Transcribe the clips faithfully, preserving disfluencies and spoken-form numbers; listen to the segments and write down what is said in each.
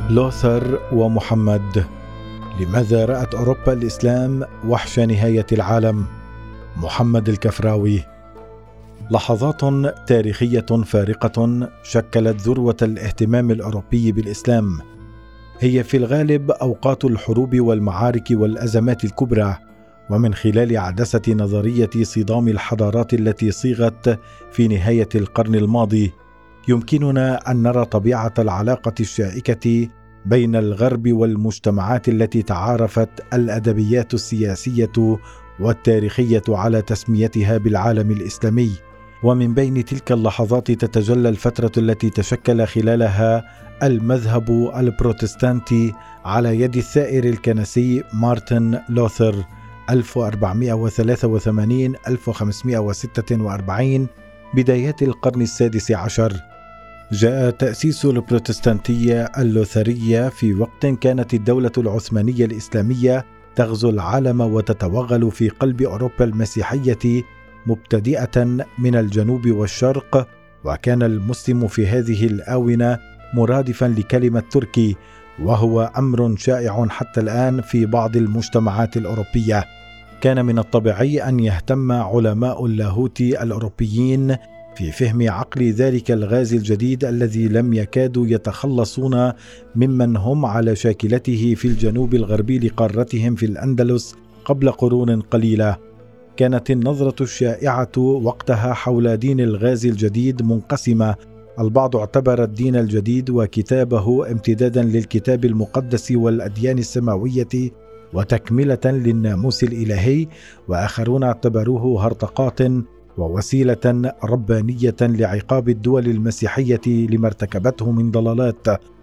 لوثر ومحمد. لماذا رأت أوروبا الإسلام وحش نهاية العالم؟ محمد الكفراوي. لحظات تاريخية فارقة شكلت ذروة الاهتمام الأوروبي بالإسلام. هي في الغالب أوقات الحروب والمعارك والأزمات الكبرى، ومن خلال عدسة نظرية صدام الحضارات التي صيغت في نهاية القرن الماضي يمكننا أن نرى طبيعة العلاقة الشائكة بين الغرب والمجتمعات التي تعارفت الأدبيات السياسية والتاريخية على تسميتها بالعالم الإسلامي. ومن بين تلك اللحظات تتجلى الفترة التي تشكل خلالها المذهب البروتستانتي على يد الثائر الكنسي مارتن لوثر ألف وأربعمائة وثلاثة وثمانين إلى ألف وخمسمائة وستة وأربعين بدايات القرن السادس عشر. جاء تأسيس البروتستانتية اللوثرية في وقت كانت الدولة العثمانية الإسلامية تغزو العالم وتتوغل في قلب أوروبا المسيحية مبتدئة من الجنوب والشرق، وكان المسلم في هذه الآونة مرادفا لكلمة تركي، وهو أمر شائع حتى الآن في بعض المجتمعات الأوروبية. كان من الطبيعي أن يهتم علماء اللاهوت الأوروبيين في فهم عقل ذلك الغازي الجديد الذي لم يكادوا يتخلصون ممن هم على شاكلته في الجنوب الغربي لقارتهم في الأندلس قبل قرون قليلة. كانت النظرة الشائعة وقتها حول دين الغازي الجديد منقسمة. البعض اعتبر الدين الجديد وكتابه امتدادا للكتاب المقدس والأديان السماوية وتكملة للناموس الإلهي، وآخرون اعتبروه هرطقات ووسيلة ربانية لعقاب الدول المسيحية لما ارتكبته من ضلالات،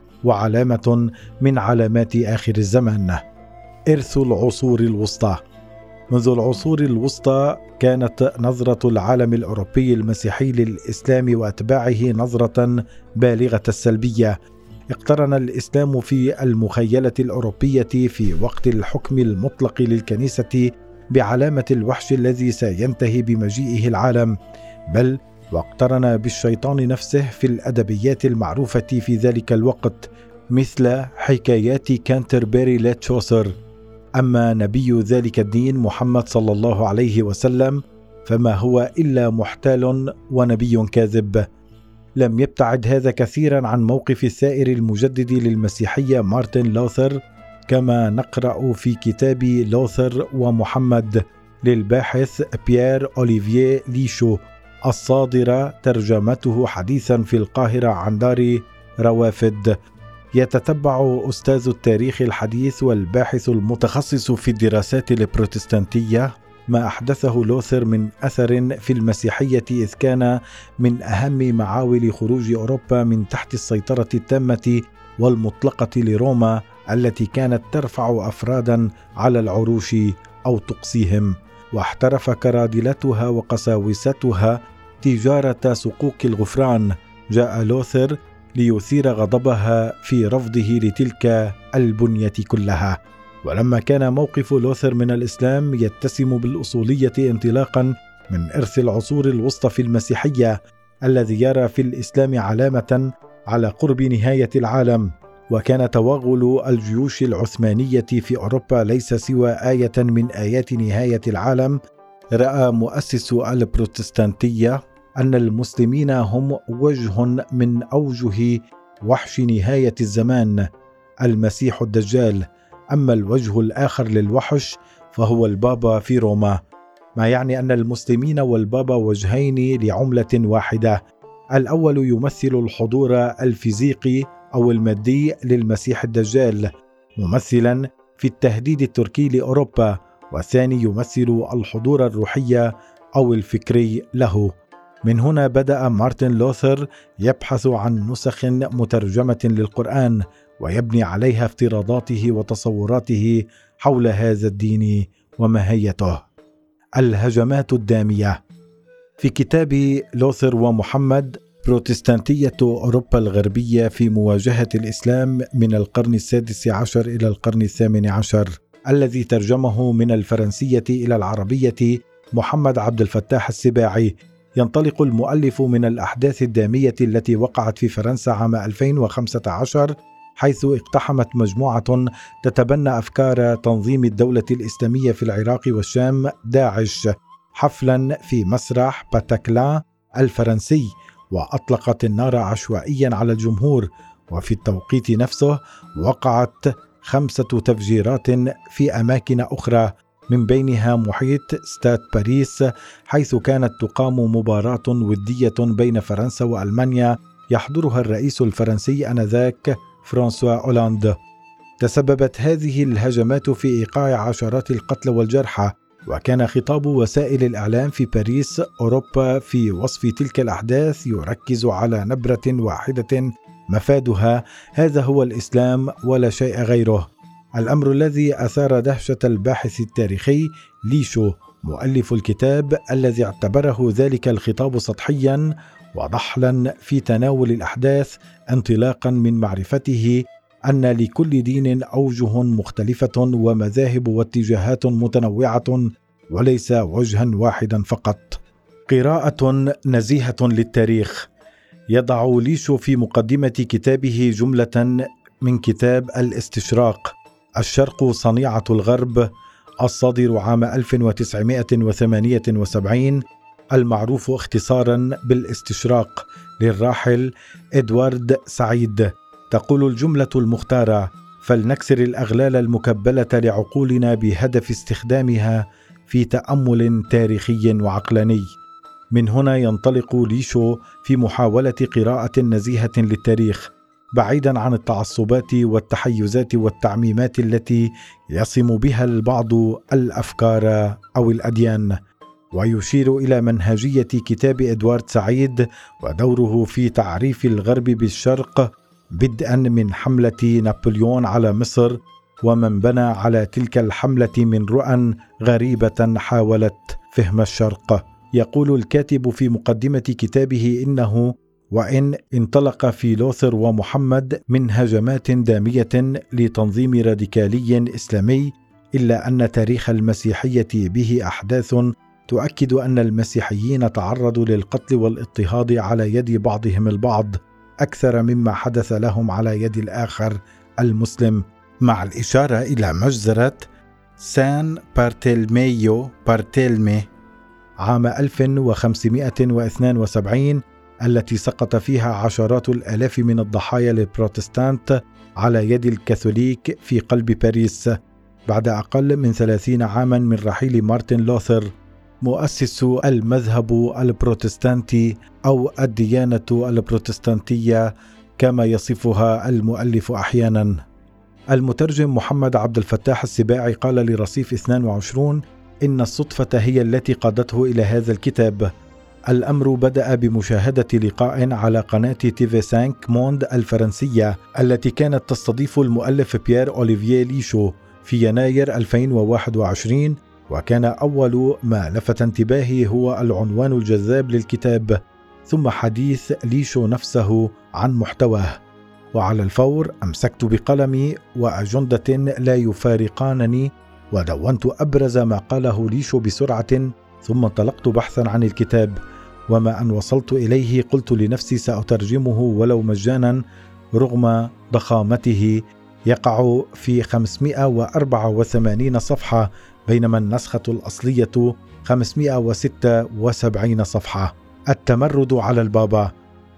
وعلامة من علامات آخر الزمان. إرث العصور الوسطى. منذ العصور الوسطى كانت نظرة العالم الأوروبي المسيحي للإسلام وأتباعه نظرة بالغة السلبية. اقترن الإسلام في المخيلة الأوروبية في وقت الحكم المطلق للكنيسة بعلامة الوحش الذي سينتهي بمجيئه العالم، بل واقترن بالشيطان نفسه في الأدبيات المعروفة في ذلك الوقت مثل حكايات كانتربري لتشوسر. أما نبي ذلك الدين محمد صلى الله عليه وسلم فما هو إلا محتال ونبي كاذب. لم يبتعد هذا كثيرا عن موقف الثائر المجدد للمسيحية مارتن لوثر، كما نقرأ في كتاب لوثر ومحمد للباحث بيير أوليفييه ليشو الصادرة ترجمته حديثا في القاهرة عن دار روافد. يتتبع أستاذ التاريخ الحديث والباحث المتخصص في الدراسات البروتستانتية ما أحدثه لوثر من أثر في المسيحية، إذ كان من أهم معاول خروج أوروبا من تحت السيطرة التامة والمطلقة لروما التي كانت ترفع أفرادا على العروش أو تقصيهم، واحترف كرادلتها وقساوستها تجارة سقوق الغفران. جاء لوثر ليثير غضبها في رفضه لتلك البنية كلها. ولما كان موقف لوثر من الإسلام يتسم بالأصولية انطلاقا من إرث العصور الوسطى في المسيحية الذي يرى في الإسلام علامة على قرب نهاية العالم، وكان توغل الجيوش العثمانية في أوروبا ليس سوى آية من آيات نهاية العالم، رأى مؤسس البروتستانتية أن المسلمين هم وجه من أوجه وحش نهاية الزمان، المسيح الدجال. أما الوجه الآخر للوحش فهو البابا في روما، ما يعني أن المسلمين والبابا وجهين لعملة واحدة. الأول يمثل الحضور الفيزيقي أو المادي للمسيح الدجال ممثلا في التهديد التركي لأوروبا، والثاني يمثل الحضور الروحي أو الفكري له. من هنا بدأ مارتن لوثر يبحث عن نسخ مترجمة للقرآن ويبني عليها افتراضاته وتصوراته حول هذا الدين وماهيته. الهجمات الدامية. في كتاب لوثر ومحمد بروتستانتية أوروبا الغربية في مواجهة الإسلام من القرن السادس عشر إلى القرن الثامن عشر، الذي ترجمه من الفرنسية إلى العربية محمد عبد الفتاح السباعي، ينطلق المؤلف من الأحداث الدامية التي وقعت في فرنسا عام ألفين وخمسة عشر حيث اقتحمت مجموعة تتبنى أفكار تنظيم الدولة الإسلامية في العراق والشام داعش حفلا في مسرح باتاكلان الفرنسي، وأطلقت النار عشوائيا على الجمهور. وفي التوقيت نفسه وقعت خمسة تفجيرات في أماكن أخرى، من بينها محيط ستاد باريس، حيث كانت تقام مباراة ودية بين فرنسا وألمانيا يحضرها الرئيس الفرنسي آنذاك فرانسوا أولاند. تسببت هذه الهجمات في إيقاع عشرات القتلى والجرحى، وكان خطاب وسائل الإعلام في باريس أوروبا في وصف تلك الأحداث يركز على نبرة واحدة مفادها هذا هو الإسلام ولا شيء غيره. الأمر الذي أثار دهشة الباحث التاريخي ليشو مؤلف الكتاب، الذي اعتبره ذلك الخطاب سطحيا وضحلا في تناول الأحداث، انطلاقا من معرفته أن لكل دين أوجه مختلفة ومذاهب واتجاهات متنوعة وليس وجها واحدا فقط. قراءة نزيهة للتاريخ. يضع ليشو في مقدمة كتابه جملة من كتاب الاستشراق، الشرق صنيعة الغرب، الصادر عام ألف وتسعمائة وثمانية وسبعين، المعروف اختصارا بالاستشراق، للراحل إدوارد سعيد. تقول الجملة المختارة: فلنكسر الأغلال المكبلة لعقولنا بهدف استخدامها في تأمل تاريخي وعقلاني. من هنا ينطلق ليشو في محاولة قراءة نزيهة للتاريخ، بعيدا عن التعصبات والتحيزات والتعميمات التي يصم بها البعض الأفكار أو الأديان. ويشير إلى منهجية كتاب إدوارد سعيد ودوره في تعريف الغرب بالشرق، بدءا من حملة نابليون على مصر ومن بنى على تلك الحملة من رؤى غريبة حاولت فهم الشرق. يقول الكاتب في مقدمة كتابه إنه وإن انطلق في لوثر ومحمد من هجمات دامية لتنظيم راديكالي إسلامي، إلا أن تاريخ المسيحية به أحداث تؤكد أن المسيحيين تعرضوا للقتل والاضطهاد على يد بعضهم البعض أكثر مما حدث لهم على يد الآخر المسلم، مع الإشارة إلى مجزرة سان بارتلميو بارتلمي عام ألف وخمسمائة واثنين وسبعين، التي سقط فيها عشرات الآلاف من الضحايا للبروتستانت على يد الكاثوليك في قلب باريس، بعد أقل من ثلاثين عاما من رحيل مارتن لوثر مؤسس المذهب البروتستانتي أو الديانة البروتستانتية كما يصفها المؤلف أحيانا. المترجم محمد عبد الفتاح السباعي قال لرصيف اثنين وعشرين إن الصدفة هي التي قادته إلى هذا الكتاب. الأمر بدأ بمشاهدة لقاء على قناة تي في خمسة موند الفرنسية التي كانت تستضيف المؤلف بيير أوليفييه ليشو في يناير ألفين وواحد وعشرين، وكان أول ما لفت انتباهي هو العنوان الجذاب للكتاب، ثم حديث ليشو نفسه عن محتواه. وعلى الفور أمسكت بقلمي وأجندة لا يفارقانني ودونت أبرز ما قاله ليشو بسرعة، ثم انطلقت بحثا عن الكتاب، وما أن وصلت إليه قلت لنفسي سأترجمه ولو مجانا رغم ضخامته. يقع في خمسمائة وأربعة وثمانين صفحة، بينما النسخة الأصلية خمسمائة وستة وسبعين صفحة. التمرد على البابا.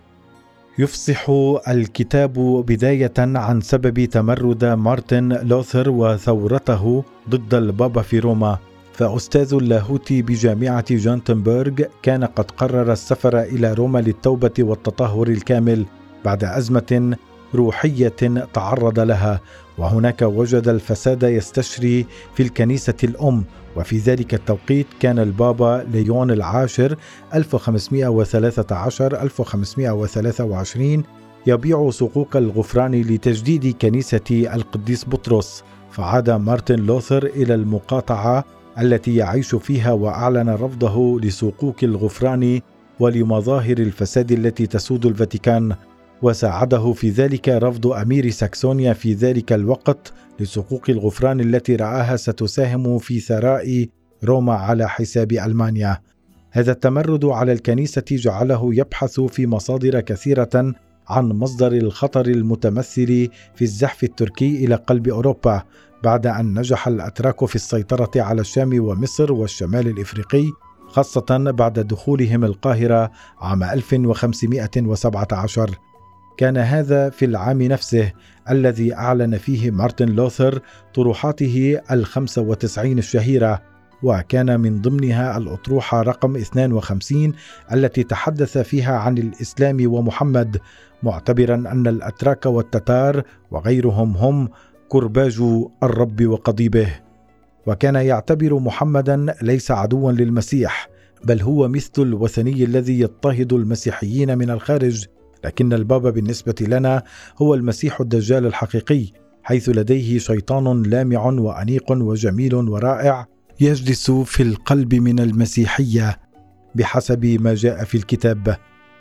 يفصح الكتاب بداية عن سبب تمرد مارتن لوثر وثورته ضد البابا في روما. فأستاذ اللاهوت بجامعة جوتنبرغ كان قد قرر السفر إلى روما للتوبة والتطهر الكامل بعد أزمة روحية تعرض لها، وهناك وجد الفساد يستشري في الكنيسة الأم. وفي ذلك التوقيت كان البابا ليون العاشر ألف وخمسمائة وثلاثة عشر ألف وخمسمائة وثلاثة وعشرين يبيع صكوك الغفران لتجديد كنيسة القديس بطرس، فعاد مارتن لوثر إلى المقاطعة التي يعيش فيها وأعلن رفضه لصكوك الغفران ولمظاهر الفساد التي تسود الفاتيكان، وساعده في ذلك رفض أمير ساكسونيا في ذلك الوقت لصكوك الغفران التي رآها ستساهم في ثراء روما على حساب ألمانيا. هذا التمرد على الكنيسة جعله يبحث في مصادر كثيرة عن مصدر الخطر المتمثل في الزحف التركي إلى قلب أوروبا، بعد أن نجح الأتراك في السيطرة على الشام ومصر والشمال الإفريقي، خاصة بعد دخولهم القاهرة عام ألف وخمسمائة وسبعة عشر. كان هذا في العام نفسه الذي أعلن فيه مارتن لوثر طروحاته الخمسة وتسعين الشهيرة، وكان من ضمنها الأطروحة رقم اثنين وخمسين التي تحدث فيها عن الإسلام ومحمد، معتبرا أن الأتراك والتتار وغيرهم هم كرباج الرب وقضيبه. وكان يعتبر محمدا ليس عدوا للمسيح، بل هو مثل الوثني الذي يضطهد المسيحيين من الخارج، لكن البابا بالنسبة لنا هو المسيح الدجال الحقيقي، حيث لديه شيطان لامع وأنيق وجميل ورائع يجلس في القلب من المسيحية بحسب ما جاء في الكتاب.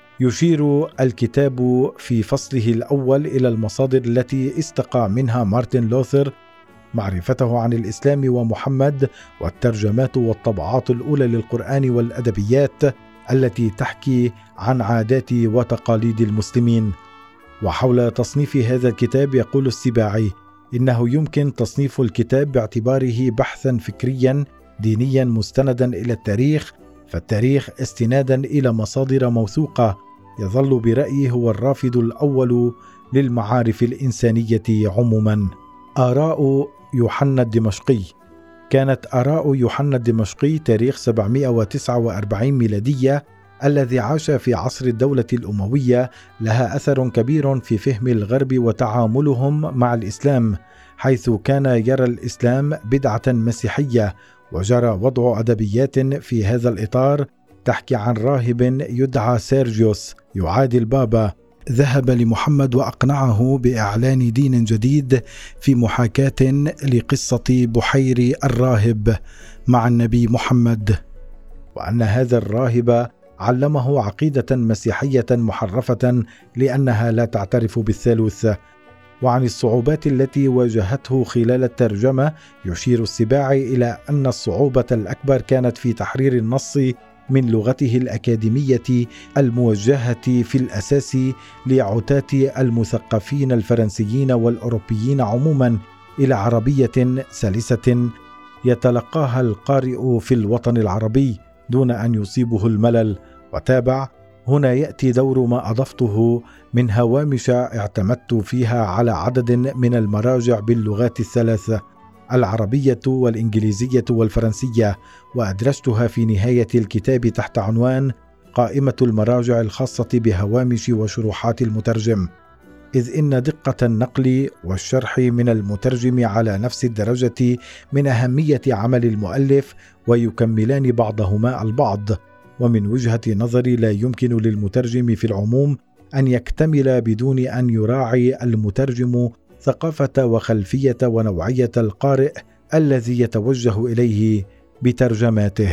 يشير الكتاب في فصله الأول إلى المصادر التي استقى منها مارتن لوثر معرفته عن الإسلام ومحمد، والترجمات والطبعات الأولى للقرآن والأدبيات التي تحكي عن عادات وتقاليد المسلمين. وحول تصنيف هذا الكتاب يقول السباعي إنه يمكن تصنيف الكتاب باعتباره بحثا فكريا دينيا مستندا إلى التاريخ، فالتاريخ استنادا إلى مصادر موثوقة يظل برأيي هو الرافد الأول للمعارف الإنسانية عموما. آراء يوحنا الدمشقي. كانت آراء يوحنا الدمشقي تاريخ سبعمائة وتسعة وأربعين ميلادية الذي عاش في عصر الدولة الأموية لها أثر كبير في فهم الغرب وتعاملهم مع الإسلام، حيث كان يرى الإسلام بدعة مسيحية، وجرى وضع أدبيات في هذا الإطار تحكي عن راهب يدعى سيرجيوس يعادي البابا، ذهب لمحمد وأقنعه بإعلان دين جديد في محاكاة لقصة بحير الراهب مع النبي محمد، وأن هذا الراهب علمه عقيدة مسيحية محرفة لأنها لا تعترف بالثالوث. وعن الصعوبات التي واجهته خلال الترجمة يشير السباعي إلى أن الصعوبة الأكبر كانت في تحرير النص من لغته الأكاديمية الموجهة في الأساس لعتاة المثقفين الفرنسيين والأوروبيين عموما إلى عربية سلسة يتلقاها القارئ في الوطن العربي دون أن يصيبه الملل. وتابع: هنا يأتي دور ما أضفته من هوامش اعتمدت فيها على عدد من المراجع باللغات الثلاث العربية والإنجليزية والفرنسية، وأدرجتها في نهاية الكتاب تحت عنوان قائمة المراجع الخاصة بهوامش وشروحات المترجم، إذ إن دقة النقل والشرح من المترجم على نفس الدرجة من أهمية عمل المؤلف، ويكملان بعضهما البعض. ومن وجهة نظري لا يمكن للمترجم في العموم أن يكتمل بدون أن يراعي المترجم ثقافة وخلفية ونوعية القارئ الذي يتوجه إليه بترجماته.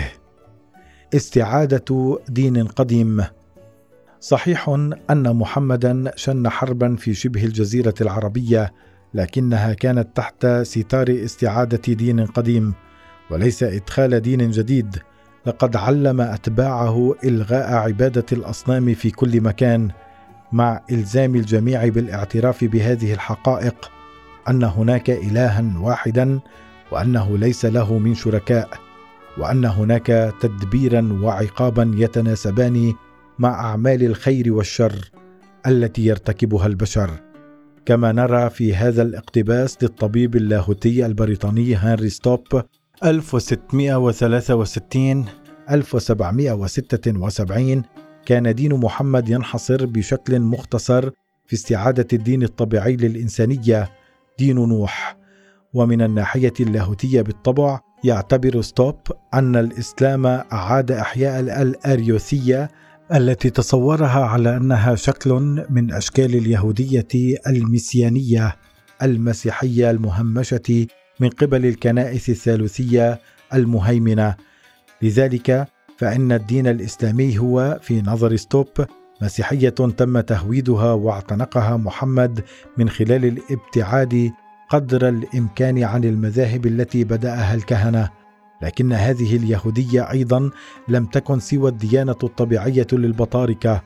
استعادة دين قديم. صحيح أن محمدا شن حربا في شبه الجزيرة العربية، لكنها كانت تحت ستار استعادة دين قديم وليس إدخال دين جديد. لقد علم أتباعه إلغاء عبادة الأصنام في كل مكان، مع إلزام الجميع بالاعتراف بهذه الحقائق: أن هناك إلها واحدا، وأنه ليس له من شركاء، وأن هناك تدبيرا وعقابا يتناسبان مع أعمال الخير والشر التي يرتكبها البشر. كما نرى في هذا الاقتباس للطبيب اللاهوتي البريطاني هنري ستوب ألف وستمائة وثلاثة وستين ألف وسبعمائة وستة وسبعين، كان دين محمد ينحصر بشكل مختصر في استعادة الدين الطبيعي للإنسانية، دين نوح. ومن الناحية اللاهوتية بالطبع يعتبر ستوب أن الإسلام أعاد إحياء الأريوسية التي تصورها على أنها شكل من أشكال اليهودية المسيانية المسيحية المهمشة من قبل الكنائس الثالوثية المهيمنة. لذلك فإن الدين الإسلامي هو في نظر ستوب مسيحية تم تهويدها واعتنقها محمد من خلال الابتعاد قدر الإمكان عن المذاهب التي بدأها الكهنة. لكن هذه اليهودية أيضا لم تكن سوى الديانة الطبيعية للبطاركة،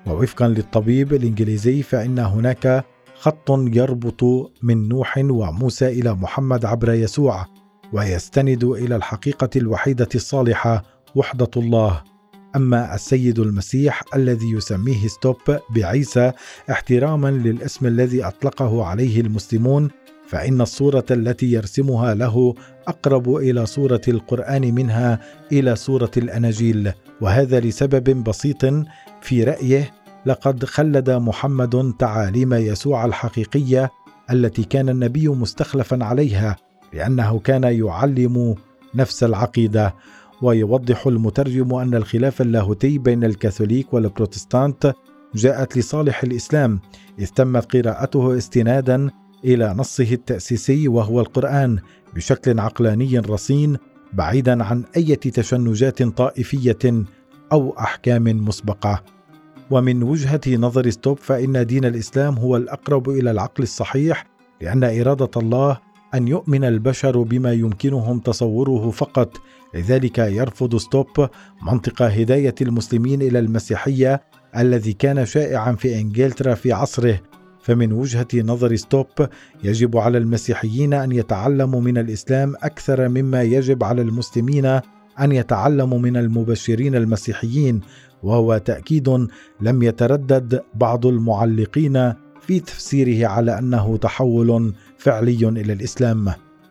ووفقا للطبيب الإنجليزي فإن هناك خط يربط من نوح وموسى إلى محمد عبر يسوع، ويستند إلى الحقيقة الوحيدة الصالحة وحدة الله. أما السيد المسيح الذي يسميه ستوب بعيسى احتراما للاسم الذي أطلقه عليه المسلمون، فإن الصورة التي يرسمها له أقرب إلى صورة القرآن منها إلى صورة الأناجيل، وهذا لسبب بسيط في رأيه: لقد خلد محمد تعاليم يسوع الحقيقية التي كان النبي مستخلفا عليها، لأنه كان يعلم نفس العقيدة. ويوضح المترجم أن الخلاف اللاهوتي بين الكاثوليك والبروتستانت جاءت لصالح الإسلام، إذ تمت قراءته استنادا إلى نصه التأسيسي وهو القرآن بشكل عقلاني رصين، بعيدا عن أي تشنجات طائفية أو أحكام مسبقة. ومن وجهة نظر ستوب فإن دين الإسلام هو الأقرب إلى العقل الصحيح، لأن إرادة الله أن يؤمن البشر بما يمكنهم تصوره فقط. لذلك يرفض ستوب منطق هداية المسلمين إلى المسيحية الذي كان شائعا في إنجلترا في عصره. فمن وجهة نظر ستوب يجب على المسيحيين أن يتعلموا من الإسلام أكثر مما يجب على المسلمين أن يتعلموا من المبشرين المسيحيين، وهو تأكيد لم يتردد بعض المعلقين في تفسيره على أنه تحول فعلي إلى الإسلام.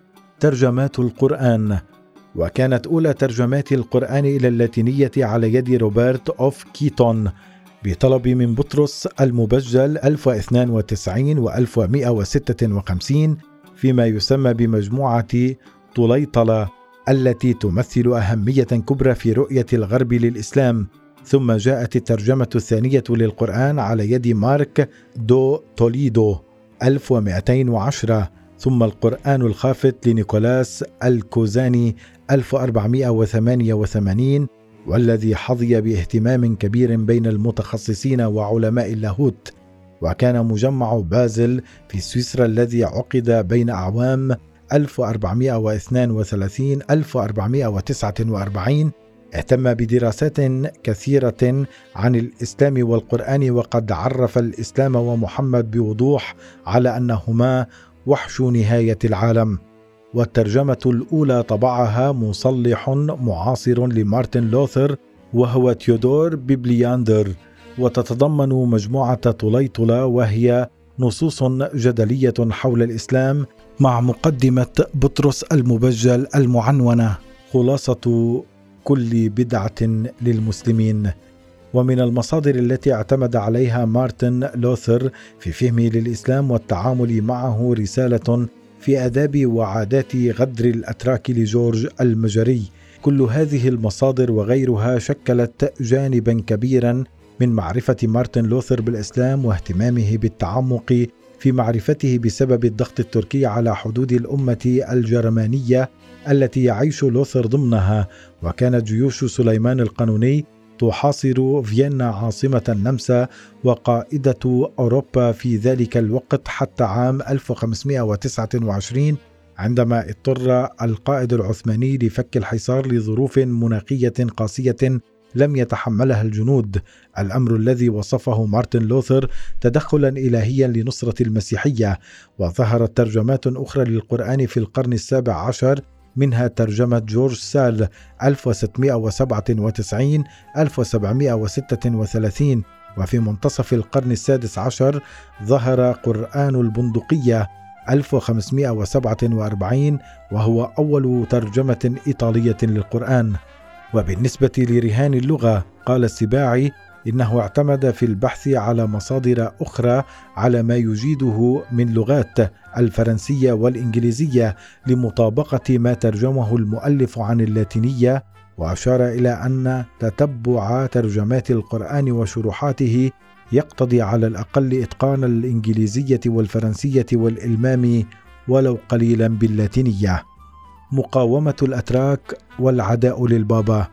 ترجمات القرآن. وكانت أولى ترجمات القرآن إلى اللاتينية على يد روبرت أوف كيتون بطلب من بطرس المبجل ألف واثنين وتسعين وألف ومئة وستة وخمسين فيما يسمى بمجموعة طليطلة، التي تمثل أهمية كبرى في رؤية الغرب للإسلام. ثم جاءت الترجمة الثانية للقرآن على يد مارك دو توليدو ألف ومئتين وعشرة، ثم القرآن الخافت لنيكولاس الكوزاني ألف وأربعمئة وثمانية وثمانين، والذي حظي باهتمام كبير بين المتخصصين وعلماء اللاهوت. وكان مجمع بازل في سويسرا الذي عقد بين أعوام ألف وأربعمئة واثنين وثلاثين ألف وأربعمئة وتسعة وأربعين اهتم بدراسات كثيرة عن الإسلام والقرآن، وقد عرف الإسلام ومحمد بوضوح على أنهما وحش نهاية العالم. والترجمة الأولى طبعها مصلح معاصر لمارتن لوثر وهو تيودور بيبلياندر، وتتضمن مجموعة طليطلة وهي نصوص جدلية حول الإسلام مع مقدمة بطرس المبجل المعنونة خلاصة كل بدعة للمسلمين. ومن المصادر التي اعتمد عليها مارتن لوثر في فهمه للإسلام والتعامل معه رسالة في آداب وعادات غدر الأتراك لجورج المجري. كل هذه المصادر وغيرها شكلت جانبا كبيرا من معرفة مارتن لوثر بالإسلام واهتمامه بالتعمق في معرفته بسبب الضغط التركي على حدود الأمة الجرمانية التي يعيش لوثر ضمنها. وكانت جيوش سليمان القانوني تحاصر فيينا عاصمة النمسا وقائدة أوروبا في ذلك الوقت حتى عام ألف وخمسمئة وتسعة وعشرين، عندما اضطر القائد العثماني لفك الحصار لظروف مناخية قاسية لم يتحملها الجنود، الأمر الذي وصفه مارتن لوثر تدخلا إلهيا لنصرة المسيحية. وظهرت ترجمات أخرى للقرآن في القرن السابع عشر، منها ترجمة جورج سال ألف وستمئة وسبعة وتسعين ألف وسبعمئة وستة وثلاثين. وفي منتصف القرن السادس عشر ظهر قرآن البندقية ألف وخمسمئة وسبعة وأربعين، وهو أول ترجمة إيطالية للقرآن. وبالنسبة لرهان اللغة قال السباعي إنه اعتمد في البحث على مصادر أخرى على ما يجيده من لغات الفرنسية والإنجليزية لمطابقة ما ترجمه المؤلف عن اللاتينية، وأشار إلى أن تتبع ترجمات القرآن وشروحاته يقتضي على الأقل إتقان الإنجليزية والفرنسية والإلمام ولو قليلا باللاتينية. مقاومة الأتراك والعداء للبابا.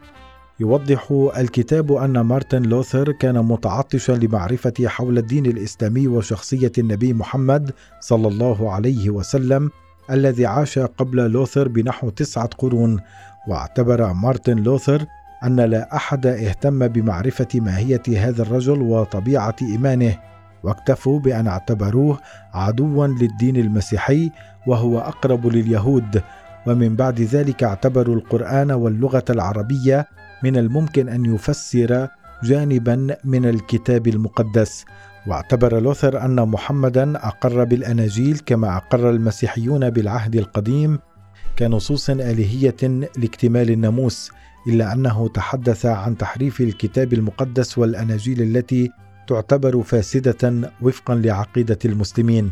يوضح الكتاب أن مارتن لوثر كان متعطشا لمعرفة حول الدين الإسلامي وشخصية النبي محمد صلى الله عليه وسلم الذي عاش قبل لوثر بنحو تسعة قرون. واعتبر مارتن لوثر أن لا أحد اهتم بمعرفة ماهية هذا الرجل وطبيعة إيمانه، واكتفوا بأن اعتبروه عدوا للدين المسيحي وهو أقرب لليهود، ومن بعد ذلك اعتبروا القرآن واللغة العربية من الممكن أن يفسر جانبا من الكتاب المقدس. واعتبر لوثر أن محمدا أقر بالأناجيل كما أقر المسيحيون بالعهد القديم كنصوص آلهية لاكتمال الناموس، إلا أنه تحدث عن تحريف الكتاب المقدس والأناجيل التي تعتبر فاسدة وفقا لعقيدة المسلمين.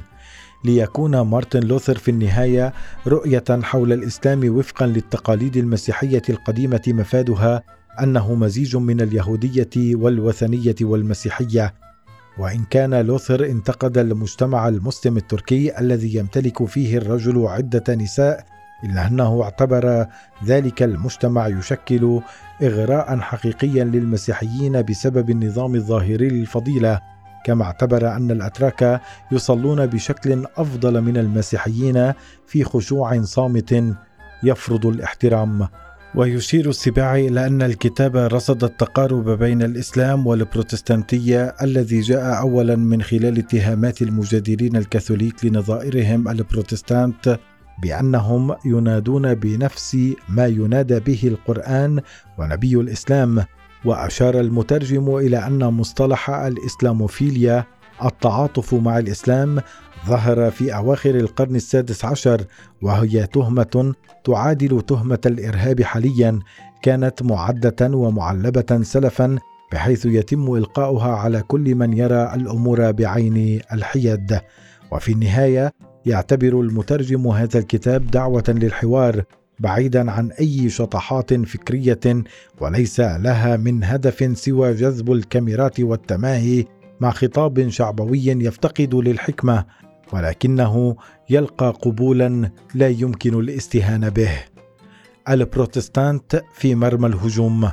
ليكون مارتن لوثر في النهاية رؤية حول الإسلام وفقا للتقاليد المسيحية القديمة مفادها أنه مزيج من اليهودية والوثنية والمسيحية. وإن كان لوثر انتقد المجتمع المسلم التركي الذي يمتلك فيه الرجل عدة نساء، إلا أنه اعتبر ذلك المجتمع يشكل إغراء حقيقيا للمسيحيين بسبب النظام الظاهري للفضيلة، كما اعتبر أن الأتراك يصلون بشكل أفضل من المسيحيين في خشوع صامت يفرض الاحترام. ويشير السباعي إلى أن الكتاب رصد التقارب بين الإسلام والبروتستانتية الذي جاء أولا من خلال اتهامات المجادلين الكاثوليك لنظائرهم البروتستانت بأنهم ينادون بنفس ما ينادى به القرآن ونبي الإسلام. وأشار المترجم إلى أن مصطلح الإسلاموفيليا التعاطف مع الإسلام ظهر في أواخر القرن السادس عشر، وهي تهمة تعادل تهمة الإرهاب حاليا، كانت معدة ومعلبة سلفا بحيث يتم إلقاؤها على كل من يرى الأمور بعين الحياد. وفي النهاية يعتبر المترجم هذا الكتاب دعوة للحوار بعيدا عن أي شطحات فكرية، وليس لها من هدف سوى جذب الكاميرات والتماهي مع خطاب شعبوي يفتقد للحكمة، ولكنه يلقى قبولا لا يمكن الاستهانة به. البروتستانت في مرمى الهجوم.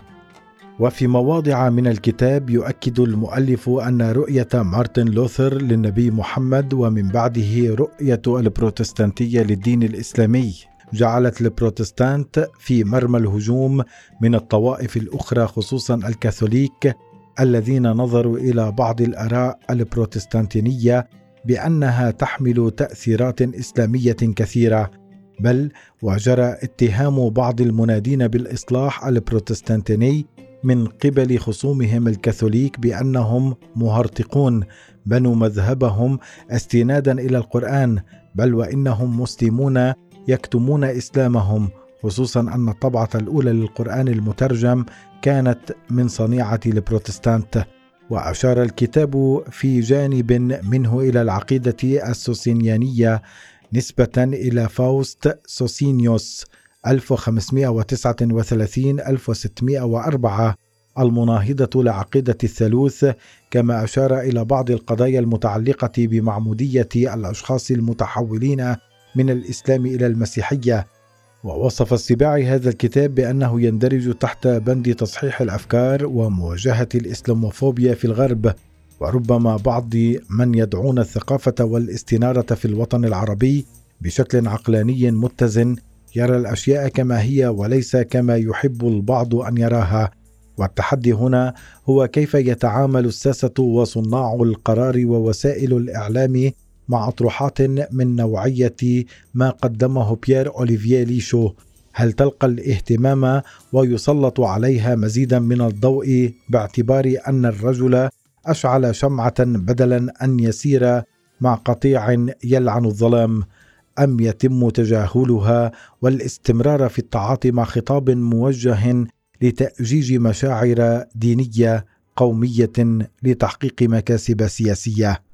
وفي مواضع من الكتاب يؤكد المؤلف أن رؤية مارتن لوثر للنبي محمد ومن بعده رؤية البروتستانتية للدين الإسلامي جعلت البروتستانت في مرمى الهجوم من الطوائف الأخرى، خصوصا الكاثوليك الذين نظروا إلى بعض الآراء البروتستانتينية بأنها تحمل تأثيرات إسلامية كثيرة، بل وجرى اتهام بعض المنادين بالإصلاح البروتستانتيني من قبل خصومهم الكاثوليك بأنهم مهرطقون بنوا مذهبهم استنادا إلى القرآن، بل وإنهم مسلمون يكتمون إسلامهم، خصوصا أن الطبعة الأولى للقرآن المترجم كانت من صنيعة البروتستانت. وأشار الكتاب في جانب منه إلى العقيدة السوسينيانية نسبة إلى فاوست سوسينيوس ألف وخمسمائة وتسعة وثلاثين إلى ألف وستمائة وأربعة المناهضة لعقيدة الثالوث، كما أشار إلى بعض القضايا المتعلقة بمعمودية الأشخاص المتحولين من الإسلام إلى المسيحية. ووصف السباعي هذا الكتاب بأنه يندرج تحت بند تصحيح الأفكار ومواجهة الإسلاموفوبيا في الغرب، وربما بعض من يدعون الثقافة والاستنارة في الوطن العربي بشكل عقلاني متزن يرى الأشياء كما هي وليس كما يحب البعض أن يراها. والتحدي هنا هو كيف يتعامل الساسة وصناع القرار ووسائل الإعلام مع أطروحات من نوعية ما قدمه بيير أوليفيه ليشو. هل تلقى الاهتمام ويسلط عليها مزيدا من الضوء باعتبار أن الرجل أشعل شمعة بدلا أن يسير مع قطيع يلعن الظلام، أم يتم تجاهلها والاستمرار في التعاطي مع خطاب موجه لتأجيج مشاعر دينية قومية لتحقيق مكاسب سياسية؟